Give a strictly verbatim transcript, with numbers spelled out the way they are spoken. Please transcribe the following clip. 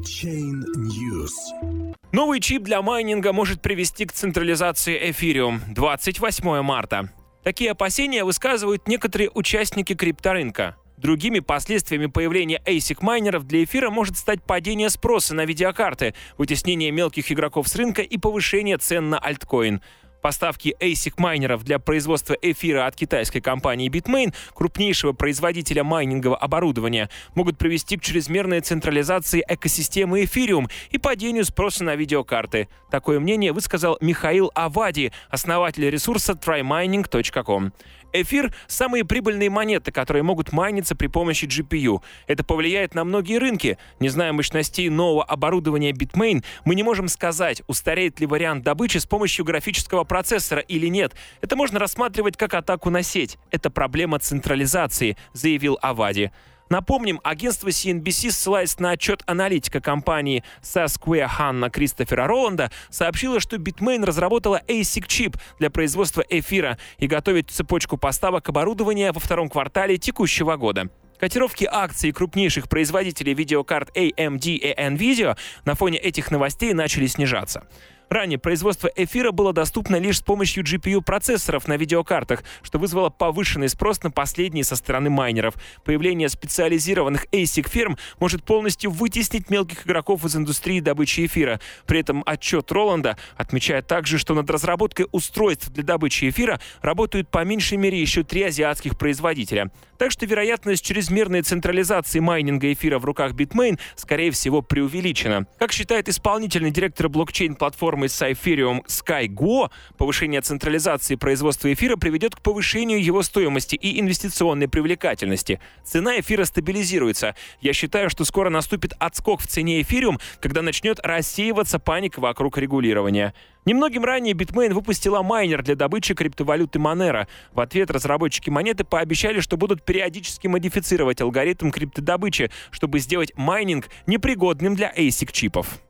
Блокчейн Ньюс. Новый чип для майнинга может привести к централизации эфириум. двадцать восьмое марта. Такие опасения высказывают некоторые участники крипторынка. Другими последствиями появления эйсик-майнеров для эфира может стать падение спроса на видеокарты, вытеснение мелких игроков с рынка и повышение цен на альткоин. Поставки эйсик-майнеров для производства эфира от китайской компании Bitmain, крупнейшего производителя майнингового оборудования, могут привести к чрезмерной централизации экосистемы эфириум и падению спроса на видеокарты. Такое мнение высказал Михаил Авади, основатель ресурса трай майнинг точка ком. Эфир – самые прибыльные монеты, которые могут майниться при помощи джи пи ю. Это повлияет на многие рынки. Не зная мощностей нового оборудования Bitmain, мы не можем сказать, устареет ли вариант добычи с помощью графического процессора или нет. Это можно рассматривать как атаку на сеть. Это проблема централизации, заявил Авади. Напомним, агентство си эн би си, ссылаясь на отчет аналитика компании Sasquare Ханна Кристофера Роланда, сообщила, что Bitmain разработала эйсик-чип для производства эфира и готовит цепочку поставок оборудования во втором квартале текущего года. Котировки акций крупнейших производителей видеокарт эй эм ди и Nvidia на фоне этих новостей начали снижаться. Ранее производство эфира было доступно лишь с помощью джи пи ю-процессоров на видеокартах, что вызвало повышенный спрос на последние со стороны майнеров. Появление специализированных эйсик-фирм может полностью вытеснить мелких игроков из индустрии добычи эфира. При этом отчет Роланда отмечает также, что над разработкой устройств для добычи эфира работают по меньшей мере еще три азиатских производителя. Так что вероятность чрезмерной централизации майнинга эфира в руках Bitmain, скорее всего, преувеличена. Как считает исполнительный директор блокчейн-платформы Cypherium SkyGo, повышение централизации производства эфира приведет к повышению его стоимости и инвестиционной привлекательности. Цена эфира стабилизируется. Я считаю, что скоро наступит отскок в цене эфириум, когда начнет рассеиваться паника вокруг регулирования. Немногим ранее Bitmain выпустила майнер для добычи криптовалюты Monero. В ответ разработчики монеты пообещали, что будут периодически модифицировать алгоритм криптодобычи, чтобы сделать майнинг непригодным для эйсик-чипов.